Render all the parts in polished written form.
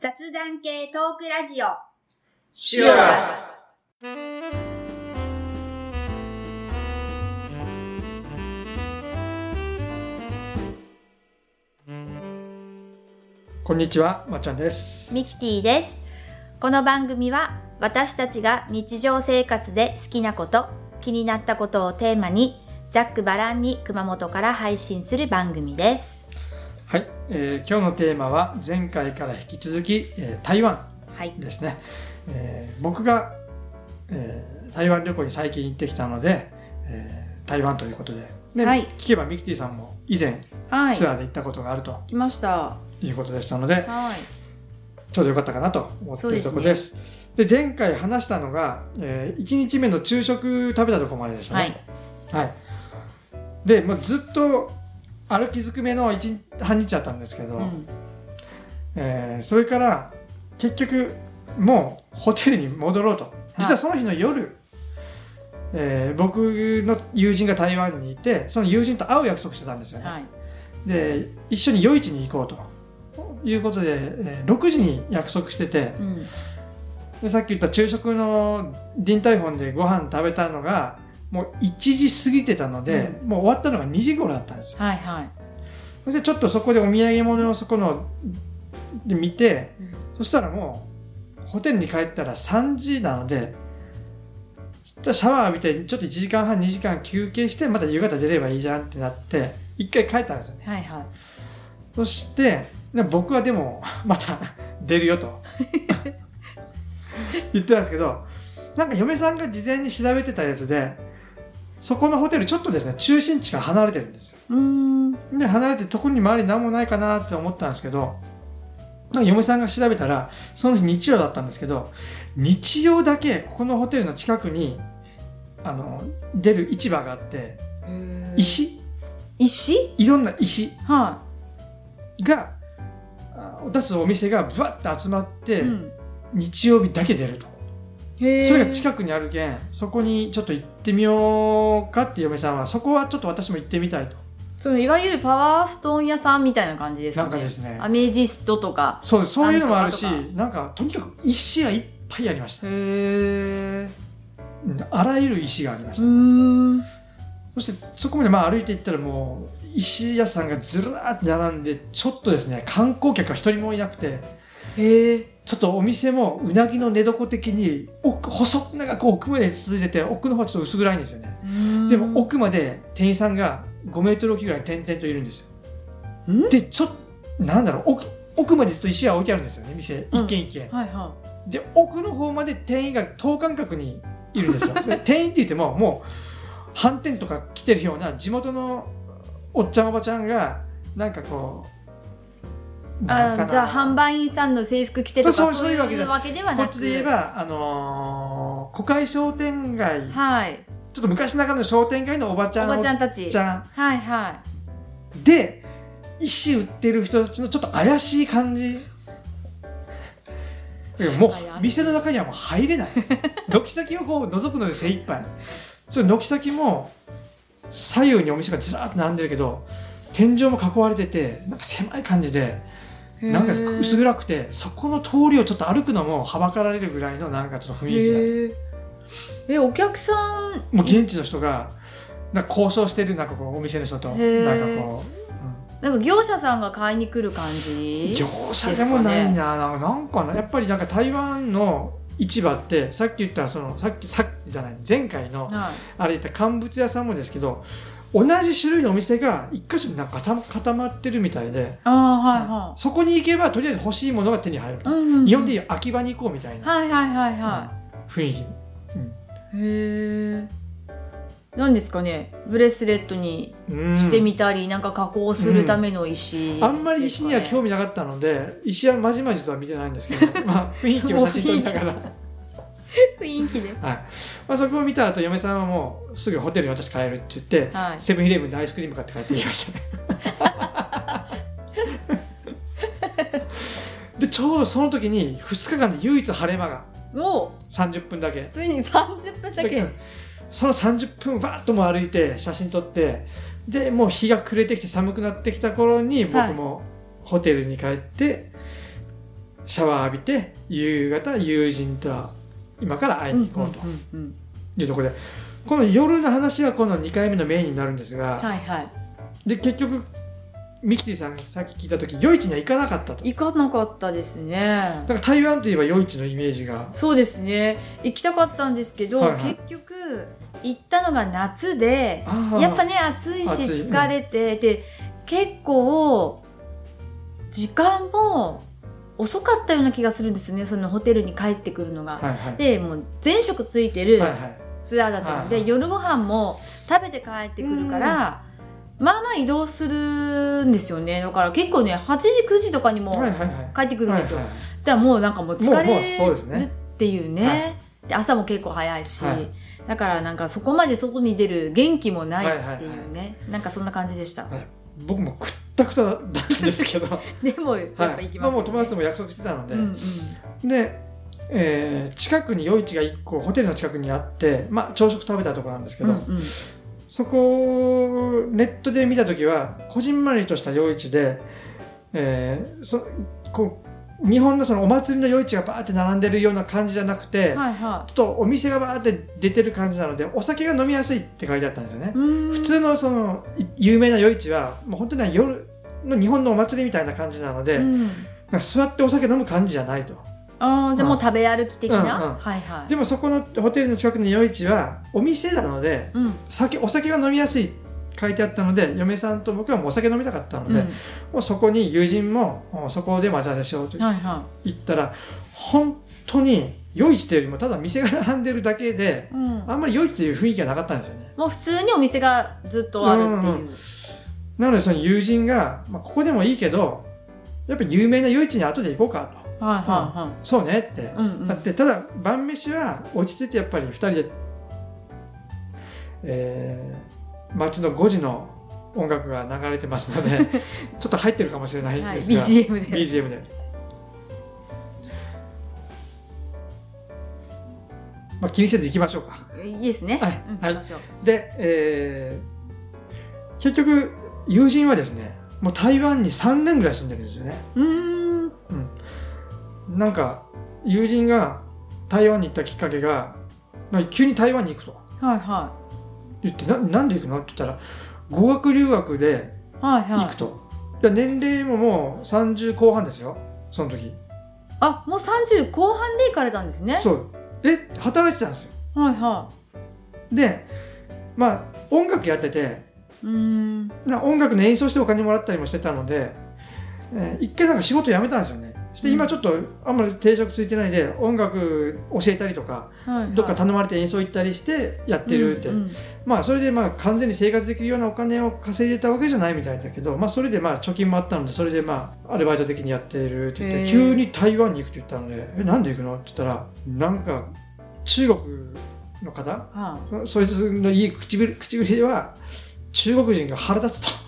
雑談系トークラジオシュアス。こんにちは、まっちゃんです。 ミキティです。この番組は私たちが日常生活で好きなこと、気になったことをテーマにざっくばらんに熊本から配信する番組です。 はい、今日のテーマは前回から引き続き、台湾ですね。僕が、台湾旅行に最近行ってきたので、台湾ということで、ね、はい、聞けばミキティさんも以前、はい、ツアーで行ったことがあると来ましたいうことでしたので、はい、ちょうどよかったかなと思っているところです。で、前回話したのが、1日目の昼食食べたところまででしたね。はい。はい、で、もうずっと歩きずくめの半日だったんですけど、それから結局もうホテルに戻ろうと。実はその日の夜、僕の友人が台湾にいて、その友人と会う約束してたんですよね。はい、で、一緒に夜市に行こうということで、6時に約束してて、でさっき言った昼食のディンタイフォンでご飯食べたのがもう1時過ぎてたので、もう終わったのが2時頃だったんですよ。はいはい、それでちょっとそこでお土産物をそこので見て、そしたらもうホテルに帰ったら3時なので、シャワー浴びてちょっと1時間半2時間休憩してまた夕方出ればいいじゃんってなって一回帰ったんですよね。はいはい、そして僕はでもまた出るよと言ってたんですけど、なんか嫁さんが事前に調べてたやつで、そこのホテルちょっとですね中心地から離れてるんですよ。で離れてとこに周り何もないかなって思ったんですけど、なんか嫁さんが調べたらその日日曜だったんですけど、日曜だけここのホテルの近くに出る市場があって、石いろんな石が出すお店がブワッと集まって、日曜日だけ出ると。それが近くにあるけん、そこにちょっと行ってみようかって嫁さんは、そこはちょっと私も行ってみたいと。 そのいわゆるパワーストーン屋さんみたいな感じですかね。 なんかですね、 アメジストとかそういうのもあるし、なんかとにかく石がいっぱいありました。あらゆる石がありました。そしてそこまで歩いていったらもう石屋さんがずらーっと並んで、ちょっとですね観光客が一人もいなくて、ちょっとお店もうなぎの寝床的に細長く奥まで続いてて、奥の方はちょっと薄暗いんですよね。でも奥まで店員さんが5メートルおきぐらいに点々といるんですよ。でちょっとなんだろう、奥までちょっと石が置いてあるんですよね、店一軒一軒、はいはい、で奥の方まで店員が等間隔にいるんですよ。店員って言ってももう飯店とか来てるような地元のおっちゃんおばちゃんがなんかこう、 じゃあ販売員さんの制服着てとかそういうわけではなく、 こっちで言えば小海商店街、はい、ちょっと昔ながらの商店街のおばちゃんたち、はいはい、 で石売ってる人たちのちょっと怪しい感じ。もう店の中にはもう入れない。軒先をこう覗くので精一杯。その軒先も左右にお店がずらーっと並んでるけど、天井も囲われててなんか狭い感じで、なんか薄暗くて、そこの通りをちょっと歩くのもはばかられるぐらいのなんかちょっと雰囲気だ。 お客さんもう現地の人がなんか交渉してる、なんかこうお店の人となんかこう、なんか業者さんが買いに来る感じですかね。 業者でもないな、なんかな、やっぱりなんか台湾の市場ってさっき言ったさっきじゃない前回の、あれ言った乾物屋さんもですけど、同じ種類のお店が一箇所になんか固まってるみたいで、そこに行けばとりあえず欲しいものが手に入ると、日本でいう秋葉に行こうみたいな雰囲気。 何ですかね、ブレスレットにしてみたり、なんか加工するための石、 あんまり石には興味なかったので石はまじまじとは見てないんですけど、雰囲気を写真撮りながら雰囲気で、 そこを見た後嫁さんはもうすぐホテルに私帰るって言って、セブンイレブンでアイスクリーム買って帰ってきましたね。でちょうどその時に2日間で唯一晴れ間が30分だけ、 ついに30分だけ、 その30分バーッとも歩いて写真撮って、でもう日が暮れてきて寒くなってきた頃に僕もホテルに帰って、 シャワー浴びて夕方友人と今から会いに行こうというところで、この夜の話はこの2回目のメインになるんですが、 はいはい、 で結局ミキティさんがさっき聞いた時夜市には行かなかったと。 行かなかったですね。 だから台湾といえば夜市のイメージが。 そうですね、行きたかったんですけど、はいはい、結局行ったのが夏でやっぱね暑いし疲れて、で結構時間も遅かったような気がするんですよね、そのホテルに帰ってくるのが、はいはい、でもう全食ついてるツアーだったので、はいはい、夜ご飯も食べて帰ってくるから、まあまあ移動するんですよね。だから結構ね8時9時とかにも帰ってくるんですよ、はいはいはい、だからもうなんかもう疲れるっていうね、はい、で朝も結構早いし、はい、だからなんかそこまで外に出る元気もないっていうね、はいはいはい、なんかそんな感じでした、はい、 僕もくったくただったんですけどでもやっぱ行きますよね、はい、 もう友達とも約束してたので、うんうん、で、近くに夜市が1個ホテルの近くにあって、まあ、朝食食べたところなんですけど、うんうん、そこネットで見た時はこじんまりとした夜市で、こう日本のそのお祭りの夜市がバーって並んでるような感じじゃなくて、はいはい、ちょっとお店がバーって出てる感じなのでお酒が飲みやすいって書いてあったんですよね。普通のその有名な夜市はもう本当に夜の日本のお祭りみたいな感じなので、座ってお酒飲む感じじゃないと。 でも食べ歩き的な、はいはい、 でもそこのホテルの近くの夜市はお店なので、お酒が飲みやすい書いてあったので、嫁さんと僕はもうお酒飲みたかったので、もうそこに友人もそこで待ち合わせしようと言ったら、本当に夜市というよりもただ店が並んでるだけで、あんまり夜市という雰囲気がなかったんですよね。 もう普通にお店がずっとあるっていう、 なのでその友人が、ここでもいいけどやっぱり有名な夜市に後で行こうかと、そうねって、だってただ晩飯は落ち着いてやっぱり2人で、街の5時の音楽が流れてますのでちょっと入ってるかもしれないですが、BGM で、気にせず行きましょうか。 いいですね、 はいはい、で、結局友人はですねもう台湾に3年ぐらい住んでるんですよね。なんか友人が台湾に行ったきっかけが急に台湾に行くと、はいはい、言ってなんで行くのって言ったら語学留学で行くと、いや年齢ももう30後半ですよその時。 もう30後半で行かれたんですね。 そう、働いてたんですよ。 はいはい。 で音楽やってて、音楽の演奏してお金もらったりもしてたので、一回なんか仕事辞めたんですよね。して今ちょっとあんまり定職ついてないで音楽教えたりとか、どっか頼まれて演奏行ったりしてやってるって、それで完全に生活できるようなお金を稼いでたわけじゃないみたいだけど、それで貯金もあったのでそれでアルバイト的にやってるって言って、急に台湾に行くって言ったのでなんで行くのって言ったら、なんか中国の方、そいつのいい唇では中国人が腹立つと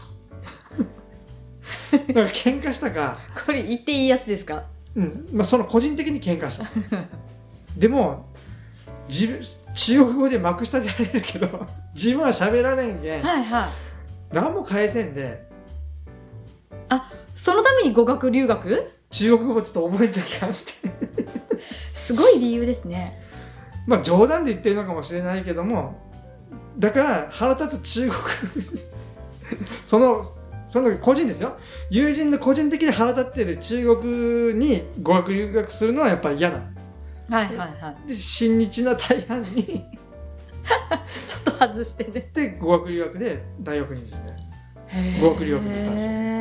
なんか喧嘩したかこれ言っていいやつですか。 その個人的に喧嘩したでも中国語でまくしたてられるけど自分は喋られんけん、何も返せんで、 そのために語学留学、 中国語ちょっと覚えてきたってすごい理由ですね。 冗談で言ってるのかもしれないけども、だから腹立つ中国その個人ですよ、友人の個人的に腹立っている中国に語学留学するのはやっぱり嫌だ。で親日な台湾にちょっと外してね。 で語学留学で大学にですね、語学留学に行ったん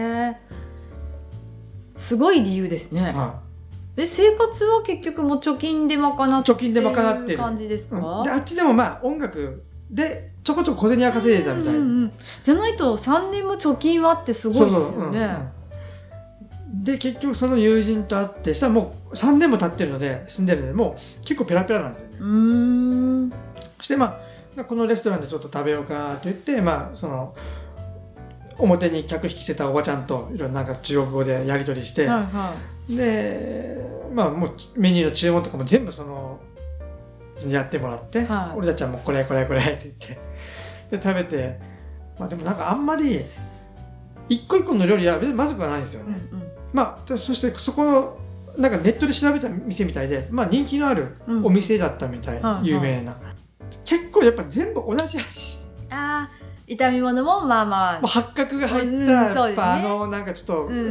ですよ。 すごい理由ですね。で生活は結局もう貯金で賄ってる感じですか。 であっちでも音楽でちょこちょこ小銭は稼いでたみたいな、 じゃないと3年も貯金はあってすごいですよね。 で結局その友人と会ってしたらもう3年も経ってるので住んでるのでもう結構ペラペラなんですよね。そしてこのレストランでちょっと食べようかって言ってその表に客引きしてたおばちゃんといろいろなんか中国語でやり取りして、でもうメニューの注文とかも全部そのやってもらって、俺たちはもうこれって言ってで食べて、でもなんかあんまり一個一個の料理は別にまずくはないんですよね。そしてそこなんかネットで調べた店みたいで、まあ、人気のあるお店だったみたい、有名な、結構やっぱ全部同じ味。 炒め物もまあまあ八角が入った、やっぱなんかちょっと、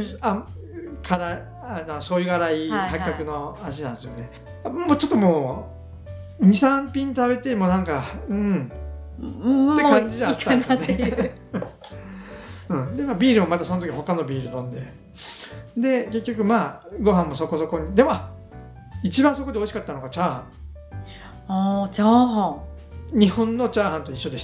醤油辛い八角の味なんですよね。もうちょっともう 2,3 品食べてもなんかって感じじゃあったんですよね。で、まあ、ビールもまたその時他のビール飲んで、で結局まあご飯もそこそこに、でも一番そこで美味しかったのがチャーハン。 チャーハン、日本のチャーハンと一緒でした。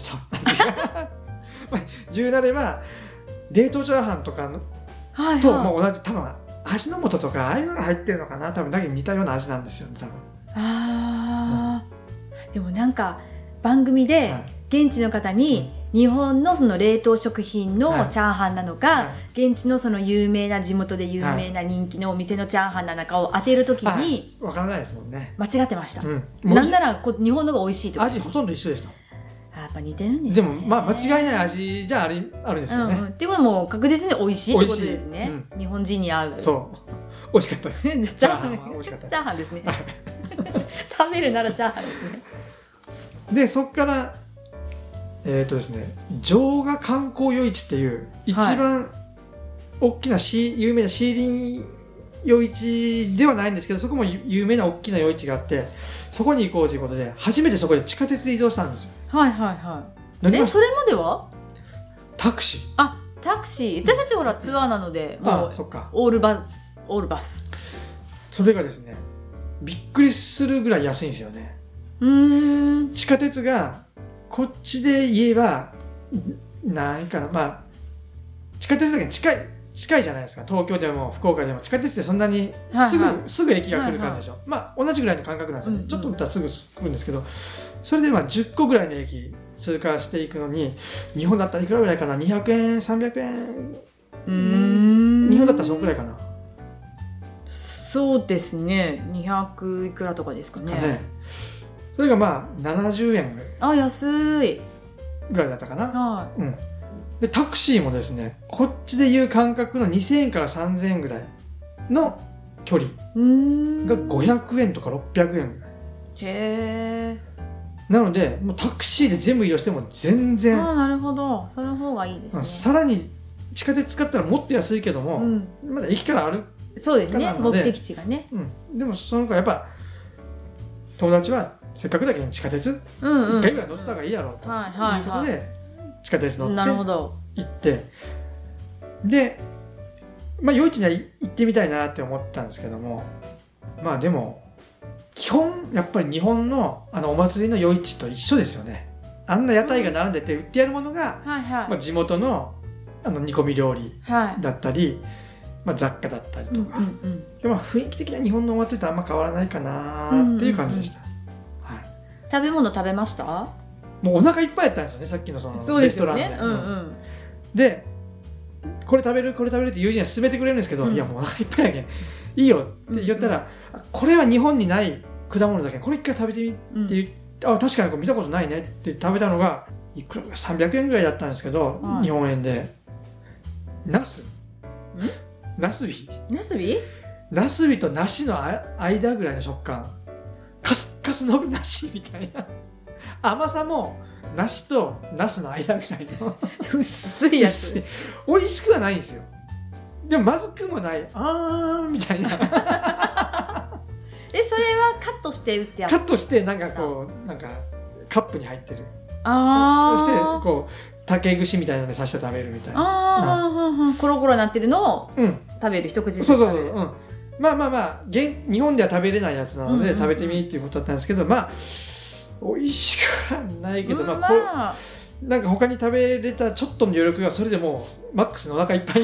言うなれば冷凍チャーハンとかの、ともう同じ、多分味の素とかああいうのが入ってるのかな、多分だけど似たような味なんですよね、多分。 でもなんか番組で現地の方に日本のその冷凍食品のチャーハンなのか、現地のその有名な地元で有名な人気のお店のチャーハンなのかを当てるときにわからないですもんね。 間違ってました。なんなら日本のが美味しいとか。 味ほとんど一緒でした。 やっぱ似てるんですね。 でもまあ間違いない味じゃあるんですよね。 っていうことはもう確実に美味しいってことですね。日本人に合う。 そう美味しかったです。チャーハンは美味しかった。 チャーハンですね。食べるならチャーハンですね。 でそっからですね、城ヶ観光夜市っていう一番大きな有名なシーリン夜市ではないんですけど、そこも有名な大きな夜市があって、そこに行こうということで初めてそこで地下鉄で移動したんですよ。 それまではタクシー。タクシー、私たちほらツアーなのでもうオールバス。 それがですね、びっくりするぐらい安いんですよね。地下鉄がこっちで言えば何かな、まあ地下鉄だけ近いじゃないですか。東京でも福岡でも地下鉄ってそんなにすぐ駅が来る感じでしょ。まあ同じぐらいの感覚なんですよね。ちょっと打ったらすぐ来るんですけど、それでまあ10個ぐらいの駅通過していくのに、日本だったらいくらぐらいかな、200円300円、日本だったらそのくらいかな。 そうですね、200いくらとかですかね。 それがまあ70円安いぐらいだったかな。でタクシーもですね、こっちでいう感覚の2000円から3000円ぐらいの距離が500円とか600円ぐらい。なのでもうタクシーで全部移動しても全然。 なるほど、その方がいいですね。 さらに地下鉄使ったらもっと安いけども、まだ駅からある。 そうですね、目的地がね。 でもその子やっぱ友達はせっかくだけに地下鉄1回ぐらい乗ってた方がいいやろうということで地下鉄乗って行って、で、まあ夜市には行ってみたいなって思ったんですけども、まあでも基本やっぱり日本のお祭りの夜市と一緒ですよね。あんな屋台が並んでて売ってやるものが、まあ、地元の煮込み料理だったり、まあ、雑貨だったりとか、まあ、雰囲気的には日本のお祭りとあんま変わらないかなっていう感じでした。 食べ物食べました？ もうお腹いっぱいやったんですよね、さっきのそのレストランで。でこれ食べるって友人は勧めてくれるんですけど、いやもうお腹いっぱいやけんいいよって言ったら、これは日本にない果物だけんこれ一回食べてみって言って、確かにこれ見たことないねって食べたのがいくら300円ぐらいだったんですけど、日本円でナスビと梨の間ぐらいの食感、カスカスの梨みたいな、甘さも梨とナスの間ぐらいの薄いやつ。 美味しくはないんですよ。でもまずくもない、みたいな。 それはカットして売ってやる？ カットしてなんかこうなんかカップに入ってる。そしてこう竹串みたいなので刺して食べるみたいな。 コロコロになってるのを食べる、一口で食べる。 まあ日本では食べれないやつなので食べてみっていうことだったんですけど、まあ美味しくはないけど、なんか他に食べれたちょっとの余力がそれでもうマックスのお腹いっぱい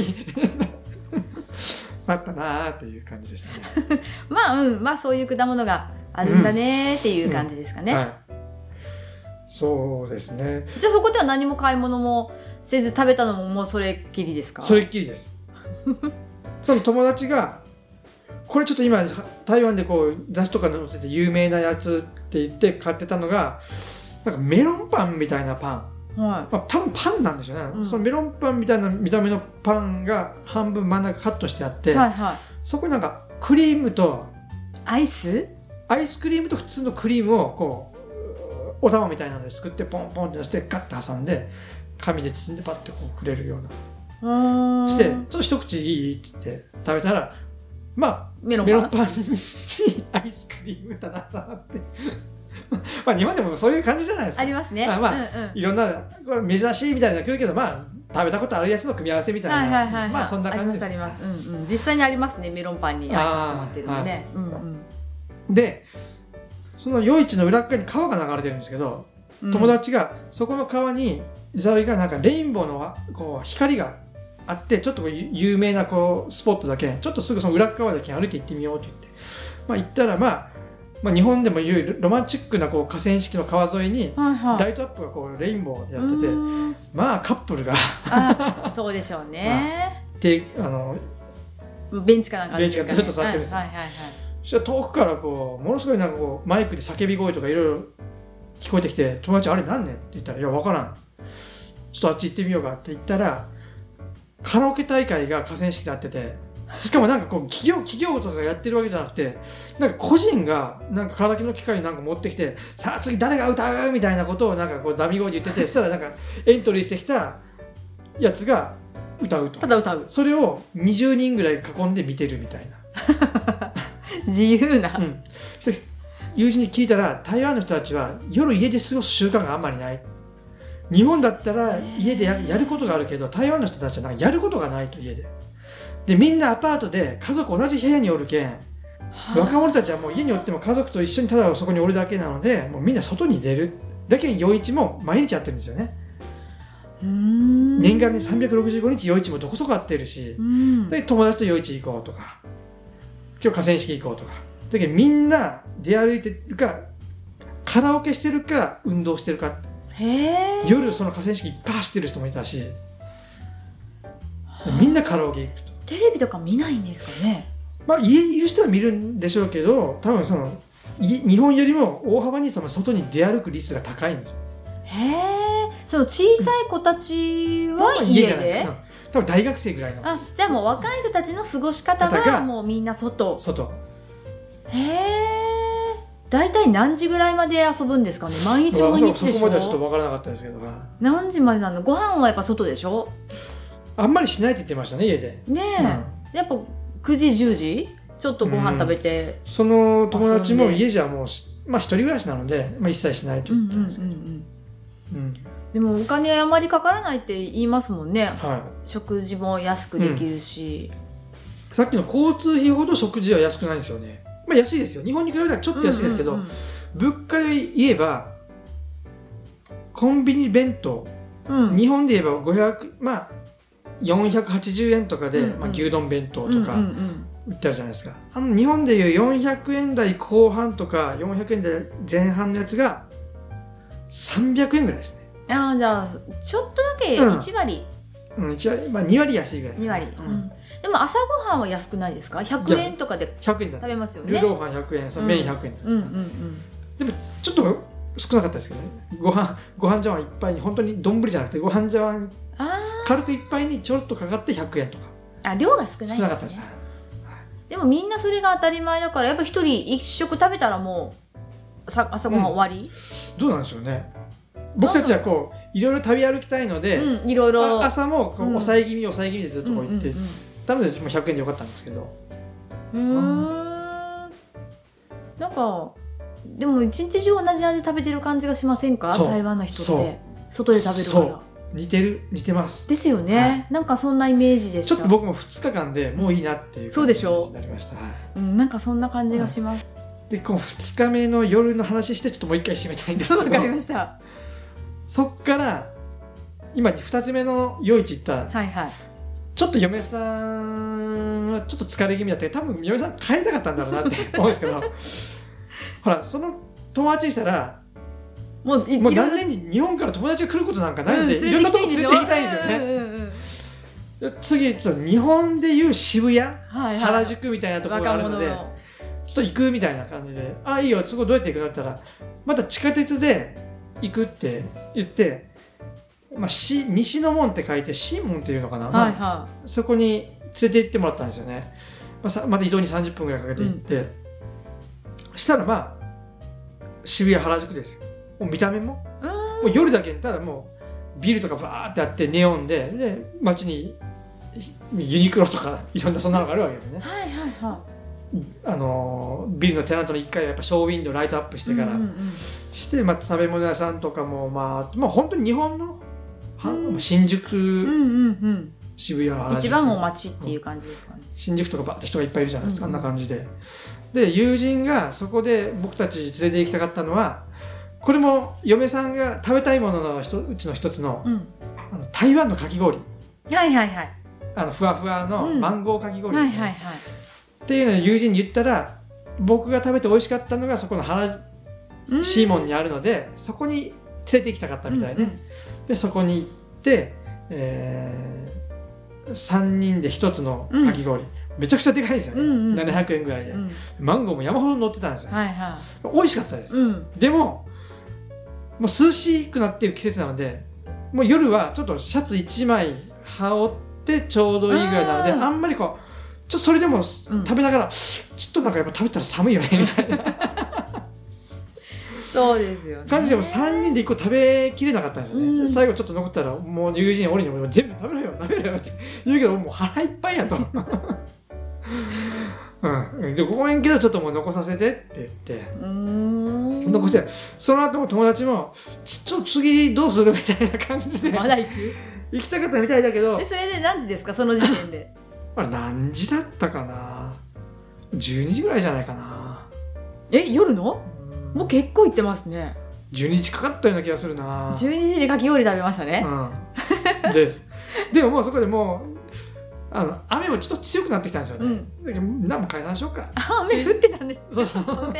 あったなーっていう感じでしたね。 まあそういう果物があるんだねっていう感じですかね。 そうですね。 じゃあそこでは何も買い物もせず食べたのももうそれっきりですか？ それっきりです。その友達がこれちょっと今台湾でこう雑誌とかに載ってて有名なやつって言って買ってたのがなんかメロンパンみたいなパン、多分パンなんでしょうね、そのメロンパンみたいな見た目のパンが半分真ん中カットしてあって、そこになんかクリームとアイスクリームと普通のクリームをこうお玉みたいなので作ってポンポンって出してガッて挟んで紙で包んでパッてこうくれるようなしてちょっと一口いいっつって食べたらまあメロンパンにアイスクリームたださってまあ日本でもそういう感じじゃないですか。 ありますね。 いろんなこれ珍しいみたいなの来るけどまあ食べたことあるやつの組み合わせみたいな、まあそんな感じです。 あります。実際にありますね、メロンパンにアイス詰まってるのね。 でその夜市の裏側に川が流れてるんですけど、友達がそこの川にザウイがなんかレインボーのこう光があってちょっと有名なこうスポットだけちょっとすぐその裏側だけ歩いて行ってみようって言って、まあ、行ったらまあ日本でもいうロマンチックなこう河川敷の川沿いにライトアップがこうレインボーでやってて、まあカップルがそうでしょうね、 でベンチかなんかベンチがずっと座ってるんですよ。そしたら遠くからこうものすごいなんかこうマイクで叫び声とかいろいろ聞こえてきて、友達あれ何年って言ったらいや分からん、ちょっとあっち行ってみようかって言ったらカラオケ大会が河川敷であってて、しかもなんかこう企業とかがやってるわけじゃなくてなんか個人がなんかカラオケの機械なんか持ってきてさあ次誰が歌うみたいなことをなんかこうダミ声で言ってて、そしたらなんかエントリーしてきたやつが歌うと、 ただ歌う、 それを20人ぐらい囲んで見てるみたいな自由な、 友人に聞いたら台湾の人たちは夜家で過ごす習慣があんまりない。日本だったら家で やることがあるけど台湾の人たちはなんかやることがないと。家でみんなアパートで家族同じ部屋におるけん、若者たちはもう家におっても家族と一緒にただそこにおるだけなのでもうみんな外に出るだけに夜市も毎日やってるんですよね。年間に365日夜市もどこそこやってるし、で友達と夜市行こうとか今日河川敷行こうとかだけどみんな出歩いてるかカラオケしてるか運動してるか、夜その河川敷いっぱい走ってる人もいたし、みんなカラオケ行くと。 テレビとか見ないんですかね。 まあ家にいる人は見るんでしょうけど多分その日本よりも大幅にその外に出歩く率が高いんですよ。 その小さい子たちは家で、 多分大学生ぐらいの。 じゃあもう若い人たちの過ごし方がもうみんな外。だいたい何時ぐらいまで遊ぶんですかね。毎日でしょ。 そこまではちょっと分からなかったですけど。 何時までなの。ご飯はやっぱ外でしょ。あんまりしないって言ってましたね家で。 ねえ、やっぱ9時10時ちょっとご飯食べて、 その友達も家じゃもうまあ一人暮らしなので、まあ、一切しないと言ってたんですけど、 でもお金あまりかからないって言いますもんね、食事も安くできるし、 さっきの交通費ほど食事は安くないんですよね。まあ、安いですよ。日本に比べたらちょっと安いですけど、物価で言えばコンビニ弁当、日本で言えば500、まあ480円とかで、牛丼弁当とか売ってあるじゃないですか。日本でいう400円台後半とか400円台前半のやつが300円ぐらいですね。 じゃあちょっとだけ1割、 1割、まあ、2割安いぐらい。 2割、でも朝ごはんは安くないですか。100円とかで食べますよね。 ルーローハン100円、その麺100円、でもちょっと少なかったですけどね。ご飯茶碗一杯に本当に丼じゃなくてご飯茶碗軽く一杯にちょっとかかって100円とか。 量が少ないんですね。 少なかったです。 でもみんなそれが当たり前だからやっぱ一人一食食べたらもう朝ごはん終わり、 どうなんでしょうね。僕たちはこういろいろ食べ歩きたいので、 いろいろ朝もこう抑え気味でずっとこう行って、なので100円でよかったんですけど。 なんかでも一日中同じ味食べてる感じがしませんか。台湾の人って外で食べるから。 似てますですよね、なんかそんなイメージでした。 ちょっと僕も2日間でもういいなっていう感じになりました。 なんかそんな感じがします。 でこの2日目の夜の話してちょっともう一回締めたいんですけど。 わかりました。 そっから今2つ目の夜市行ったら、ちょっと嫁さんはちょっと疲れ気味だって多分嫁さん帰りたかったんだろうなって思うんですけどほらその友達にしたらもう何年に日本から友達が来ることなんかないんで、いろんなとこ連れて行きたいんですよね。次ちょっと日本でいう渋谷、原宿みたいなところがあるのでちょっと行くみたいな感じで、いいよ、そこどうやって行くのって言ったらまた地下鉄で行くって言って、西の門って書いて新門っていうのかな、そこに連れて行ってもらったんですよね。 また移動に30分ぐらいかけて行って、したらまあ渋谷原宿ですよ。もう見た目も、もう夜だけ見たらもうビルとかバーってあってネオンで街にユニクロとかいろんなそんなのがあるわけですよね。 はいはいはい。 ビルのテナントの1階はやっぱショーウィンドウライトアップしてから、して、まあ、食べ物屋さんとかもまあ本当に日本の新宿、渋谷原宿一番も街っていう感じですかね。 新宿とかバーって人がいっぱいいるじゃないですか、あんな感じで。で友人がそこで僕たち連れて行きたかったのは、これも嫁さんが食べたいもののうちの一つの、台湾のかき氷、 はいはいはい、 ふわふわのマンゴーかき氷ですね、 はいはいはい、 っていうのを友人に言ったら、僕が食べて美味しかったのがそこのシーモンにあるので、そこに連れて行きたかったみたいで、でそこに行って、3人で1つのかき氷、めちゃくちゃでかいんですよね、700円ぐらいで、マンゴーも山ほど乗ってたんですよ、はいはい、美味しかったです、でもう涼しくなっている季節なので、もう夜はちょっとシャツ1枚羽織ってちょうどいいぐらいなので、あんまりこうちょっとそれでも食べながら、ちょっとなんかやっぱ食べたら寒いよねみたいなそうですよね感じでも3人で1個食べきれなかったんですよね、最後ちょっと残ったら、もう友人俺にも全部食べろよ食べろよって言うけど、もう腹いっぱいやとでごめんけどちょっともう残させてって言って残して、その後も友達もちょっと次どうするみたいな感じでまだ行きたかったみたいだけど、 それで何時ですかその時点であれ何時だったかな、12時ぐらいじゃないかな。 夜のもう結構行ってますね。 12時かかったような気がするな。 12時でかき氷食べましたね、 ですでももうそこでもう雨もちょっと強くなってきたんですよね、何も解散しようか。 雨降ってたんです。 そうそう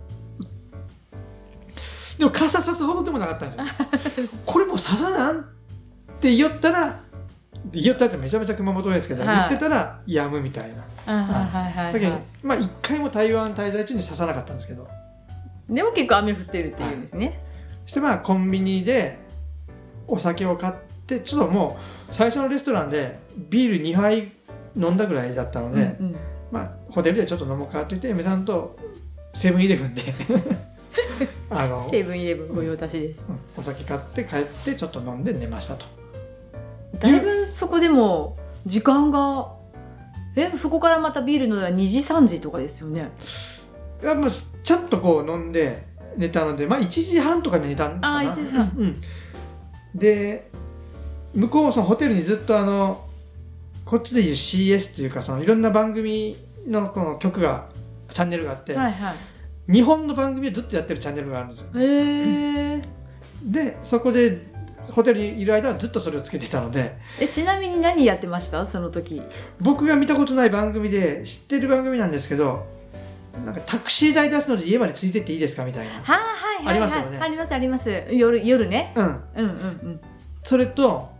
でも傘さすほどでもなかったんですよこれもうささなんって言ったらってめちゃめちゃ熊本ですけど、言ってたらやむみたいな。だけどまあ1回も台湾滞在中に刺さなかったんですけど、 でも結構雨降ってるっていうんですね、 そしてまあコンビニでお酒を買って、ちょっともう最初のレストランでビール2杯飲んだぐらいだったので、まあホテルでちょっと飲もうかって言って、嫁さんとセブンイレブンでセブンイレブンご用達です、 お酒買って帰ってちょっと飲んで寝ましたと。 だいぶそこでも時間がそこからまたビール飲んだら2時3時とかですよね。 いや、まあ、ちゃっとこう飲んで寝たので、まあ、1時半とかで寝たんかな。 1時半、 で向こうそのホテルにずっとこっちでいう CS というか、そのいろんな番組のこの曲がチャンネルがあって、日本の番組をずっとやってるチャンネルがあるんですよ。でそこでホテルにいる間はずっとそれをつけてたので。 ちなみに何やってましたその時。 僕が見たことない番組で、知ってる番組なんですけど、なんかタクシー代出すので家までついてっていいですかみたいな、ありますよね。 ありますあります。夜ね。 それと、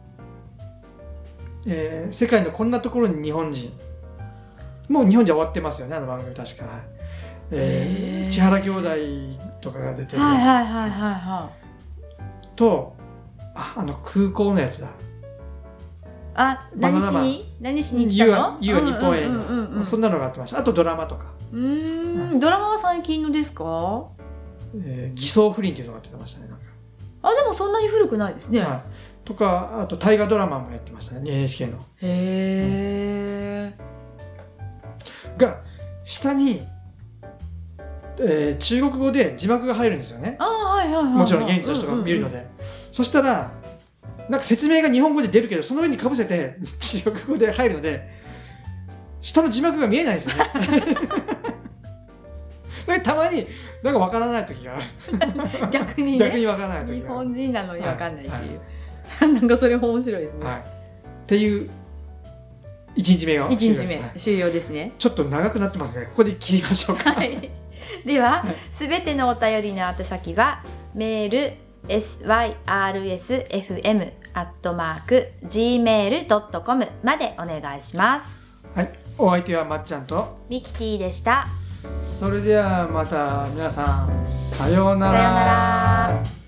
世界のこんなところに日本人、もう日本じゃ終わってますよね、あの番組確か。千原兄弟とかが出てると、空港のやつだ。 何しに来たの？ Youは日本への、そんなのがあってました。あとドラマとか。 ドラマは最近のですか？ 偽装不倫っていうのがやってましたね。なんかでもそんなに古くないですね。 とか、あと大河ドラマもやってましたね、 NHK の。が下に、中国語で字幕が入るんですよね。もちろん現地の人が見るので、そしたらなんか説明が日本語で出るけど、その上にかぶせて中国語で入るので、下の字幕が見えないんですよねでたまになんか分からない時がある逆に分からない時がある。 日本人なのに分かんないっていう、なんかそれも面白いですね、 っていう1日目が終了ですね。 ちょっと長くなってますね。ここで切りましょうか、 では、すべてのお便りの宛先はメールsyrsfm@gmail.com までお願いします。 お相手はまっちゃんとミキティでした。 それではまた皆さん、さようなら。 さようなら。